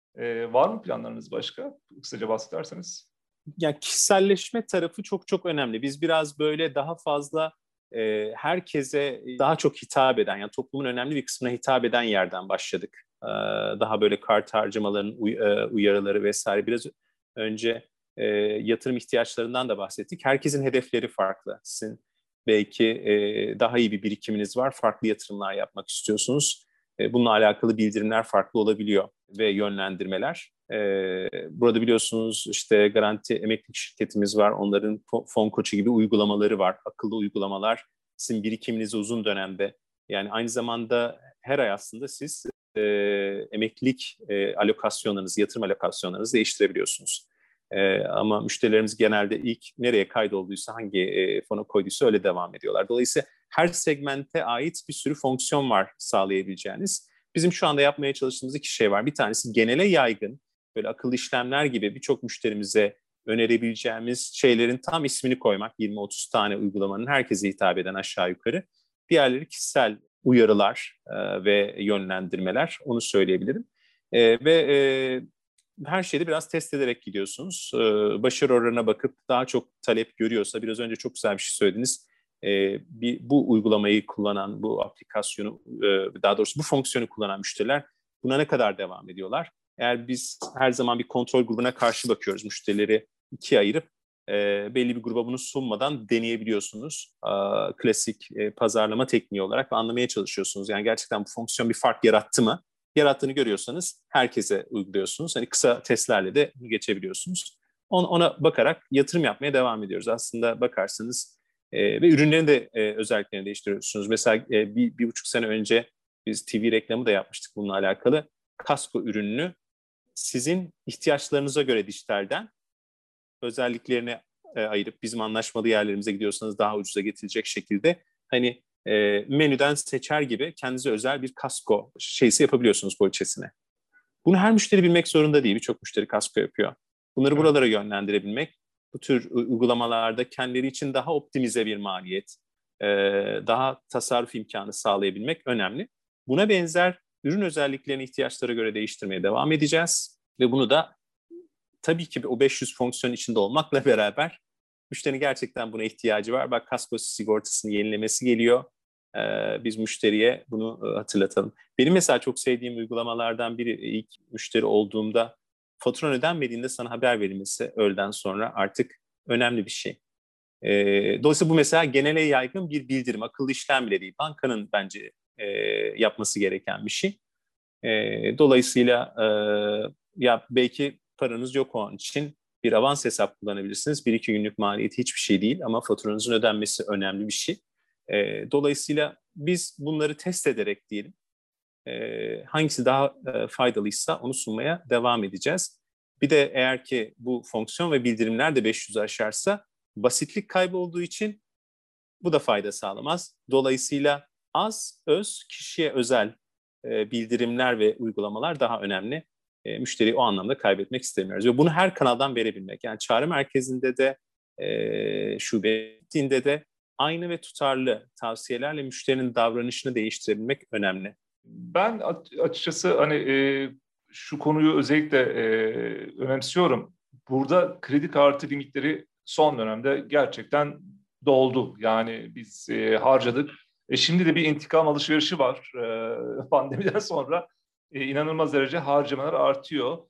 e, var mı planlarınız başka? Kısaca bahsederseniz. Yani kişiselleşme tarafı çok çok önemli. Biz biraz böyle daha fazla e, herkese daha çok hitap eden, yani toplumun önemli bir kısmına hitap eden yerden başladık. E, daha böyle kart harcamaların uy, e, uyarıları vesaire. Biraz önce e, yatırım ihtiyaçlarından da bahsettik. Herkesin hedefleri farklı. Sizin belki e, daha iyi bir birikiminiz var, farklı yatırımlar yapmak istiyorsunuz. E, bununla alakalı bildirimler farklı olabiliyor ve yönlendirmeler. Ee, burada biliyorsunuz işte Garanti Emeklilik Şirketimiz var. Onların fon koçu gibi uygulamaları var. Akıllı uygulamalar sizin birikiminizi uzun dönemde, yani aynı zamanda her ay aslında siz e, emeklilik e, alokasyonlarınızı, yatırım alokasyonlarınızı değiştirebiliyorsunuz. E, ama müşterilerimiz genelde ilk nereye kaydolduysa, hangi e, fona koyduysa öyle devam ediyorlar. Dolayısıyla her segmente ait bir sürü fonksiyon var sağlayabileceğiniz. Bizim şu anda yapmaya çalıştığımız iki şey var. Bir tanesi genele yaygın, böyle akıllı işlemler gibi birçok müşterimize önerebileceğimiz şeylerin tam ismini koymak. yirmi otuz tane uygulamanın herkese hitap eden aşağı yukarı. Diğerleri kişisel uyarılar e, ve yönlendirmeler, onu söyleyebilirim. E, ve e, her şeyi de biraz test ederek gidiyorsunuz. E, başarı oranına bakıp daha çok talep görüyorsa, biraz önce çok güzel bir şey söylediniz. E, bir, bu uygulamayı kullanan, bu aplikasyonu, e, daha doğrusu bu fonksiyonu kullanan müşteriler buna ne kadar devam ediyorlar? Eğer biz her zaman bir kontrol grubuna karşı bakıyoruz, müşterileri ikiye ayırıp e, belli bir gruba bunu sunmadan deneyebiliyorsunuz. E, klasik e, pazarlama tekniği olarak ve anlamaya çalışıyorsunuz. Yani gerçekten bu fonksiyon bir fark yarattı mı? Yarattığını görüyorsanız herkese uyguluyorsunuz. Hani kısa testlerle de geçebiliyorsunuz. On, ona bakarak yatırım yapmaya devam ediyoruz. Aslında bakarsanız e, ve ürünlerin de e, özelliklerini değiştiriyorsunuz. Mesela e, bir, bir buçuk sene önce biz T V reklamı da yapmıştık bununla alakalı. Kasko ürününü sizin ihtiyaçlarınıza göre dijitalden özelliklerini e, ayırıp bizim anlaşmalı yerlerimize gidiyorsanız daha ucuza getirecek şekilde hani e, menüden seçer gibi kendinize özel bir kasko şeysi yapabiliyorsunuz poliçesine. Bunu her müşteri bilmek zorunda değil. Birçok müşteri kasko yapıyor. Bunları buralara yönlendirebilmek, bu tür uygulamalarda kendileri için daha optimize bir maliyet, e, daha tasarruf imkanı sağlayabilmek önemli. Buna benzer ürün özelliklerini ihtiyaçlara göre değiştirmeye devam edeceğiz ve bunu da tabii ki o beş yüz fonksiyon içinde olmakla beraber müşterinin gerçekten buna ihtiyacı var. Bak, kasko sigortasını yenilemesi geliyor. Ee, biz müşteriye bunu e, hatırlatalım. Benim mesela çok sevdiğim uygulamalardan biri, ilk müşteri olduğumda faturan ödenmediğinde sana haber verilmesi öğleden sonra artık önemli bir şey. Ee, dolayısıyla bu mesela genele yaygın bir bildirim. Akıllı işlem bile değil. Bankanın bence e, yapması gereken bir şey. E, dolayısıyla e, ya belki paranız yok o an için bir avans hesap kullanabilirsiniz. Bir iki günlük maliyeti hiçbir şey değil ama faturanızın ödenmesi önemli bir şey. E, dolayısıyla biz bunları test ederek diyelim e, hangisi daha e, faydalıysa onu sunmaya devam edeceğiz. Bir de eğer ki bu fonksiyon ve bildirimler de beş yüzü aşarsa basitlik kaybı olduğu için bu da fayda sağlamaz. Dolayısıyla az, öz, kişiye özel e, bildirimler ve uygulamalar daha önemli. E, müşteriyi o anlamda kaybetmek istemiyoruz. Ve bunu her kanaldan verebilmek. Yani çağrı merkezinde de, e, şubede de aynı ve tutarlı tavsiyelerle müşterinin davranışını değiştirebilmek önemli. Ben açıkçası hani e, şu konuyu özellikle e, önemsiyorum. Burada kredi kartı limitleri son dönemde gerçekten doldu. Yani biz e, harcadık. E, şimdi de bir intikam alışverişi var. E, pandemiden sonra e, inanılmaz derece harcamalar artıyor.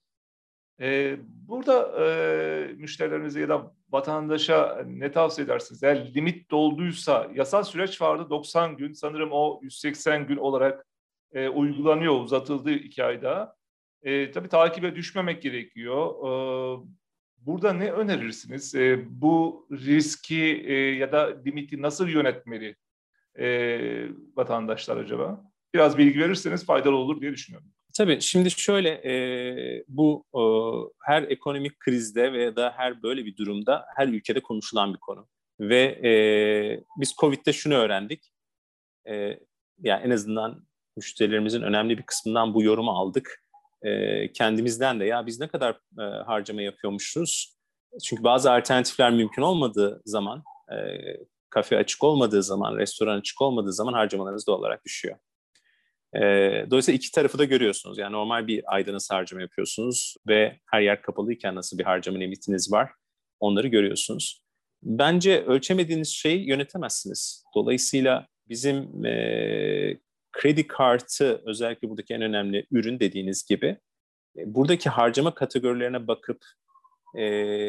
E, burada e, müşterilerimize ya da vatandaşa ne tavsiye edersiniz? Eğer limit dolduysa, yasal süreç vardı doksan gün, sanırım o yüz seksen gün olarak e, uygulanıyor, uzatıldı iki ay daha. E, tabii takibe düşmemek gerekiyor. E, burada ne önerirsiniz? E, bu riski e, ya da limiti nasıl yönetmeli e, vatandaşlar acaba? Biraz bilgi verirseniz faydalı olur diye düşünüyorum. Tabii şimdi şöyle e, bu e, her ekonomik krizde veya da her böyle bir durumda her ülkede konuşulan bir konu. Ve e, biz Covid'de şunu öğrendik. E, yani en azından müşterilerimizin önemli bir kısmından bu yorumu aldık. E, kendimizden de ya biz ne kadar e, harcama yapıyormuşuz. Çünkü bazı alternatifler mümkün olmadığı zaman, e, kafe açık olmadığı zaman, restoran açık olmadığı zaman harcamalarınız doğal olarak düşüyor. E, dolayısıyla iki tarafı da görüyorsunuz. Yani normal bir ayda nasıl harcama yapıyorsunuz ve her yer kapalıyken nasıl bir harcama limitiniz var, onları görüyorsunuz. Bence ölçemediğiniz şeyi yönetemezsiniz. Dolayısıyla bizim e, kredi kartı özellikle buradaki en önemli ürün dediğiniz gibi e, buradaki harcama kategorilerine bakıp e,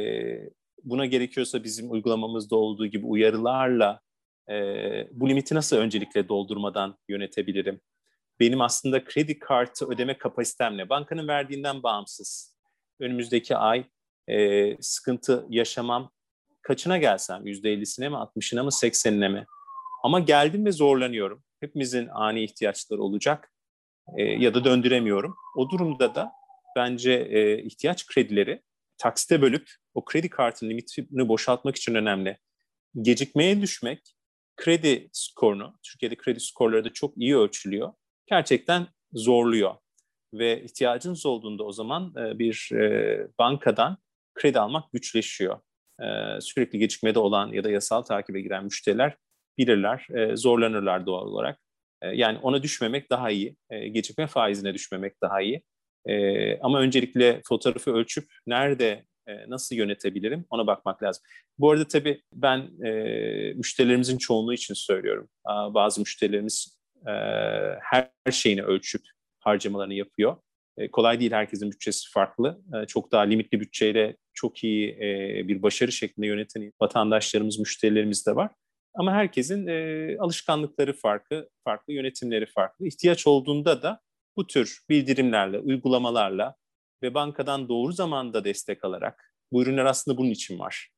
buna gerekiyorsa bizim uygulamamızda olduğu gibi uyarılarla e, bu limiti nasıl öncelikle doldurmadan yönetebilirim? Benim aslında kredi kartı ödeme kapasitemle bankanın verdiğinden bağımsız önümüzdeki ay e, sıkıntı yaşamam, kaçına gelsem, yüzde ellisine mi, altmışına mı, seksenine mi? Ama geldim ve zorlanıyorum. Hepimizin ani ihtiyaçları olacak e, ya da döndüremiyorum. O durumda da bence e, ihtiyaç kredileri taksite bölüp o kredi kartının limitini boşaltmak için önemli. Gecikmeye düşmek, kredi skorunu, Türkiye'de kredi skorları da çok iyi ölçülüyor, gerçekten zorluyor. Ve ihtiyacınız olduğunda o zaman e, bir e, bankadan kredi almak güçleşiyor. E, sürekli gecikmede olan ya da yasal takibe giren müşteriler bilirler, e, zorlanırlar doğal olarak. E, yani ona düşmemek daha iyi, e, gecikme faizine düşmemek daha iyi. E, ama öncelikle fotoğrafı ölçüp nerede, e, nasıl yönetebilirim ona bakmak lazım. Bu arada tabii ben e, müşterilerimizin çoğunluğu için söylüyorum. Aa, bazı müşterilerimiz e, her şeyini ölçüp harcamalarını yapıyor. E, kolay değil, herkesin bütçesi farklı. E, çok daha limitli bütçeyle çok iyi e, bir başarı şeklinde yöneten vatandaşlarımız, müşterilerimiz de var. Ama herkesin e, alışkanlıkları farklı, farklı yönetimleri farklı. İhtiyaç olduğunda da bu tür bildirimlerle, uygulamalarla ve bankadan doğru zamanda destek alarak, bu ürünler aslında bunun için var,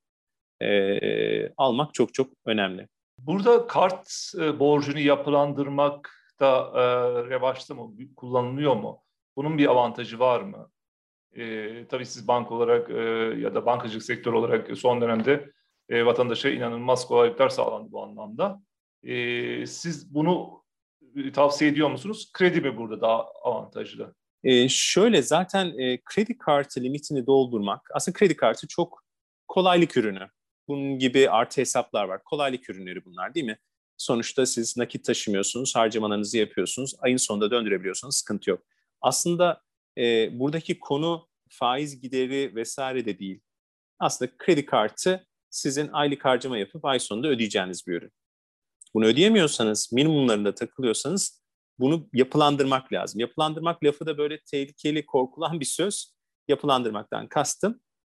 e, almak çok çok önemli. Burada kart e, borcunu yapılandırmak da e, revaçta mı, kullanılıyor mu? Bunun bir avantajı var mı? E, tabii siz banka olarak e, ya da bankacılık sektörü olarak son dönemde e, vatandaşa inanılmaz kolaylıklar sağlandı bu anlamda. E, siz bunu tavsiye ediyor musunuz? Kredi mi burada daha avantajlı? E, şöyle zaten e, kredi kartı limitini doldurmak, aslında kredi kartı çok kolaylık ürünü. Bunun gibi artı hesaplar var. Kolaylık ürünleri bunlar, değil mi? Sonuçta siz nakit taşımıyorsunuz, harcamalarınızı yapıyorsunuz. Ayın sonunda döndürebiliyorsunuz, sıkıntı yok. Aslında e, buradaki konu faiz gideri vesaire de değil. Aslında kredi kartı sizin aylık harcama yapıp ay sonunda ödeyeceğiniz bir ürün. Bunu ödeyemiyorsanız, minimumlarında takılıyorsanız bunu yapılandırmak lazım. Yapılandırmak lafı da böyle tehlikeli, korkulan bir söz. Yapılandırmaktan kastım,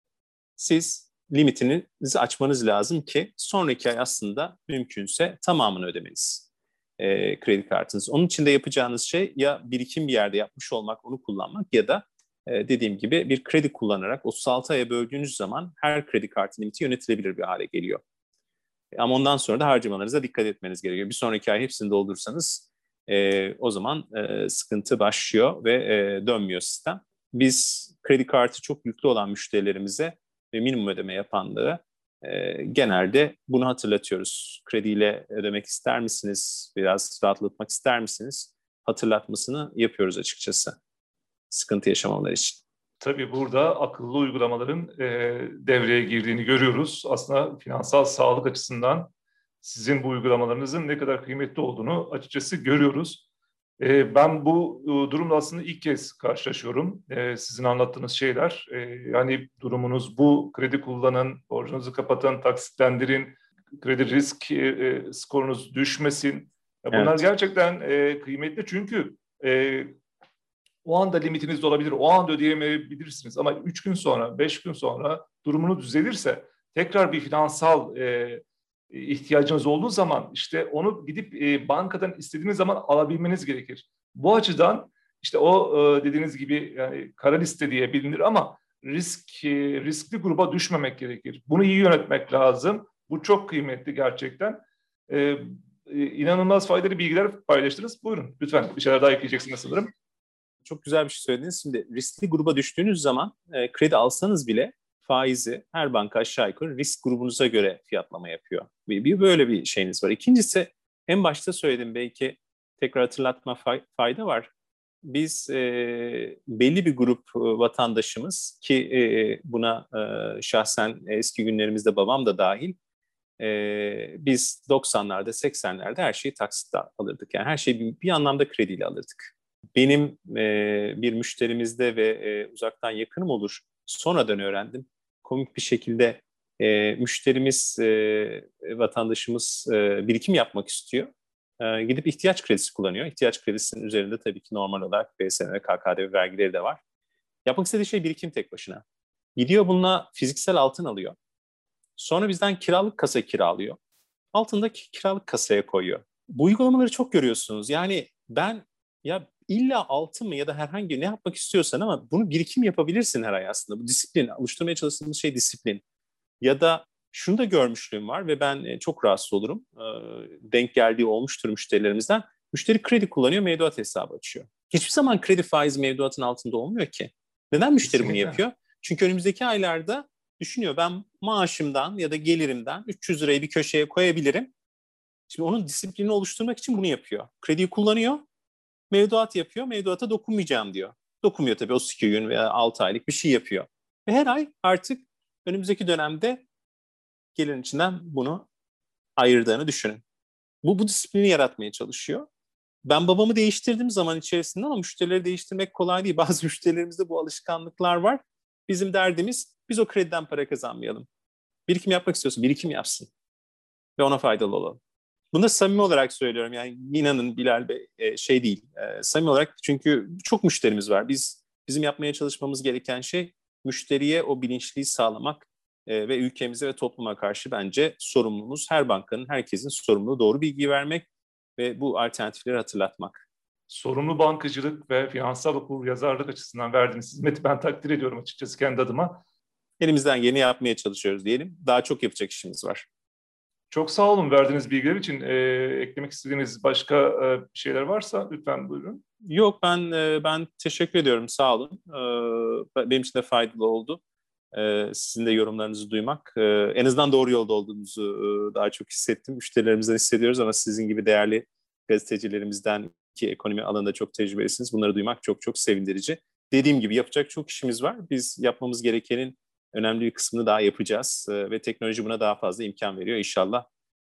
siz limitinizi açmanız lazım ki sonraki ay aslında mümkünse tamamını ödemeniz e, kredi kartınız. Onun için de yapacağınız şey ya birikim bir yerde yapmış olmak, onu kullanmak ya da e, dediğim gibi bir kredi kullanarak otuz altı aya böldüğünüz zaman her kredi kartı limiti yönetilebilir bir hale geliyor. Ama ondan sonra da harcamalarınıza dikkat etmeniz gerekiyor. Bir sonraki ay hepsini doldurursanız e, o zaman e, sıkıntı başlıyor ve e, dönmüyor sistem. Biz kredi kartı çok yüklü olan müşterilerimize ve minimum ödeme yapanlara e, genelde bunu hatırlatıyoruz. Krediyle ödemek ister misiniz? Biraz rahatlatmak ister misiniz? Hatırlatmasını yapıyoruz açıkçası. Sıkıntı yaşamamaları için. Tabii burada akıllı uygulamaların e, devreye girdiğini görüyoruz. Aslında finansal sağlık açısından sizin bu uygulamalarınızın ne kadar kıymetli olduğunu açıkçası görüyoruz. E, ben bu e, durumla aslında ilk kez karşılaşıyorum. E, sizin anlattığınız şeyler, e, yani durumunuz bu, kredi kullanın, borcunuzu kapatın, taksitlendirin, kredi risk e, skorunuz düşmesin. Ya bunlar Evet. gerçekten e, kıymetli çünkü e, o anda limitiniz de olabilir, o anda ödeyemeyebilirsiniz ama üç gün sonra, beş gün sonra durumunu düzelirse tekrar bir finansal e, ihtiyacınız olduğu zaman işte onu gidip e, bankadan istediğiniz zaman alabilmeniz gerekir. Bu açıdan işte o e, dediğiniz gibi yani kara liste diye bilinir ama risk e, riskli gruba düşmemek gerekir. Bunu iyi yönetmek lazım. Bu çok kıymetli gerçekten. E, e, inanılmaz faydalı bilgiler paylaştınız. Buyurun lütfen bir şeyler daha ekleyeceksiniz sanırım. Çok güzel bir şey söylediniz. Şimdi riskli gruba düştüğünüz zaman e, kredi alsanız bile faizi her banka aşağı yukarı risk grubunuza göre fiyatlama yapıyor. Bir, bir böyle bir şeyiniz var. İkincisi en başta söyledim, belki tekrar hatırlatma fay, fayda var. Biz e, belli bir grup e, vatandaşımız ki e, buna e, şahsen eski günlerimizde babam da dahil, e, biz doksanlarda seksenlerde her şeyi taksitle alırdık. Yani her şeyi bir, bir anlamda krediyle alırdık. Benim e, bir müşterimizde ve e, uzaktan yakınım olur. Sonradan öğrendim. Komik bir şekilde e, müşterimiz, e, vatandaşımız e, birikim yapmak istiyor. E, gidip ihtiyaç kredisi kullanıyor. İhtiyaç kredisinin üzerinde tabii ki normal olarak B S M ve K K D V vergileri de var. Yapmak istediği şey birikim tek başına. Gidiyor bununla fiziksel altın alıyor. Sonra bizden kiralık kasa kiralıyor. Altındaki kiralık kasaya koyuyor. Bu uygulamaları çok görüyorsunuz. Yani ben ya illa altın mı ya da herhangi ne yapmak istiyorsan ama bunu birikim yapabilirsin her ay aslında. Bu disiplin, oluşturmaya çalıştığımız şey disiplin. Ya da şunu da görmüşlüğüm var ve ben çok rahatsız olurum. Denk geldiği olmuştur müşterilerimizden. Müşteri kredi kullanıyor, mevduat hesabı açıyor. Hiçbir zaman kredi faiz mevduatın altında olmuyor ki. Neden müşteri Kesinlikle. bunu yapıyor? Çünkü önümüzdeki aylarda düşünüyor, ben maaşımdan ya da gelirimden üç yüz lirayı bir köşeye koyabilirim. Şimdi onun disiplini oluşturmak için bunu yapıyor. Krediyi kullanıyor, mevduat yapıyor, mevduata dokunmayacağım diyor. Dokunmuyor tabii, o iki gün veya altı aylık bir şey yapıyor. Ve her ay artık önümüzdeki dönemde gelirin içinden bunu ayırdığını düşünün. Bu, bu disiplini yaratmaya çalışıyor. Ben babamı değiştirdim zaman içerisinde ama müşterileri değiştirmek kolay değil. Bazı müşterilerimizde bu alışkanlıklar var. Bizim derdimiz, biz o krediden para kazanmayalım. Birikim yapmak istiyorsa birikim yapsın ve ona faydalı olalım. Bunu da samimi olarak söylüyorum. Yani inanın Bilal Bey, şey değil. E, samimi olarak, çünkü çok müşterimiz var. Biz bizim yapmaya çalışmamız gereken şey müşteriye o bilinçliği sağlamak e, ve ülkemize ve topluma karşı bence sorumluluğumuz, her bankanın, herkesin sorumluluğu, doğru bilgi vermek ve bu alternatifleri hatırlatmak. Sorumlu bankacılık ve finansal okuryazarlık açısından verdiğiniz hizmeti ben takdir ediyorum açıkçası kendi adıma. Elimizden geleni yapmaya çalışıyoruz diyelim. Daha çok yapacak işimiz var. Çok sağ olun verdiğiniz bilgiler için. E, eklemek istediğiniz başka e, şeyler varsa lütfen buyurun. Yok, ben ben teşekkür ediyorum. Sağ olun. Benim için de faydalı oldu. Sizin de yorumlarınızı duymak. En azından doğru yolda olduğumuzu daha çok hissettim. Müşterilerimizden hissediyoruz ama sizin gibi değerli gazetecilerimizden, ki ekonomi alanında çok tecrübelisiniz, bunları duymak çok çok sevindirici. Dediğim gibi yapacak çok işimiz var. Biz yapmamız gerekenin önemli bir kısmını daha yapacağız ve teknoloji buna daha fazla imkan veriyor. İnşallah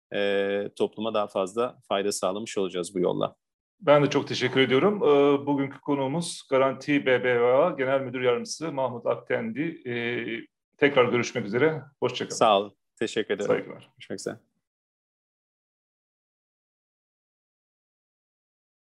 e, topluma daha fazla fayda sağlamış olacağız bu yolla. Ben de çok teşekkür ediyorum. Ee, bugünkü konuğumuz Garanti B B V A Genel Müdür Yardımcısı Mahmut Aktendi. Ee, tekrar görüşmek üzere. Hoşça kalın. Sağ olun. Teşekkür ederim. Saygılar. Görüşmek üzere.